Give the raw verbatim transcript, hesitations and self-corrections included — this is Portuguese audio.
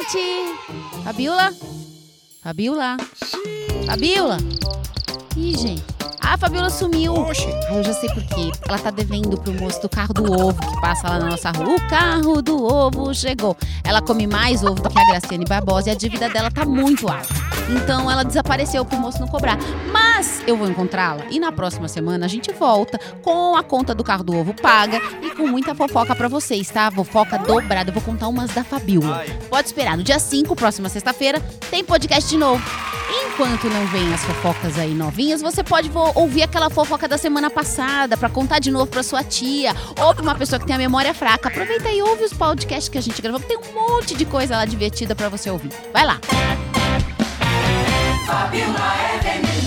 gente! Fabiola? Fabiola? Fabiola? Ih, gente. Ah, a Fabiola sumiu. Oxe. Ah, eu já sei por quê. Ela tá devendo pro moço do carro do ovo que passa lá na nossa rua. O carro do ovo chegou. Ela come mais ovo do que a Graciane Barbosa e a dívida dela tá muito alta. Então ela desapareceu pro moço não cobrar. Mas eu vou encontrá-la e na próxima semana a gente volta com a conta do carro do ovo paga e com muita fofoca pra vocês, tá? Fofoca dobrada. Eu vou contar umas da Fabiola. Pode esperar. No dia cinco, próxima sexta-feira, tem podcast de novo. Enquanto não vem as fofocas aí novinhas, você pode vo- ouvir aquela fofoca da semana passada pra contar de novo pra sua tia ou pra uma pessoa que tem a memória fraca. Aproveita e ouve os podcasts que a gente gravou, porque tem um monte de coisa lá divertida pra você ouvir. Vai lá! Fabiola é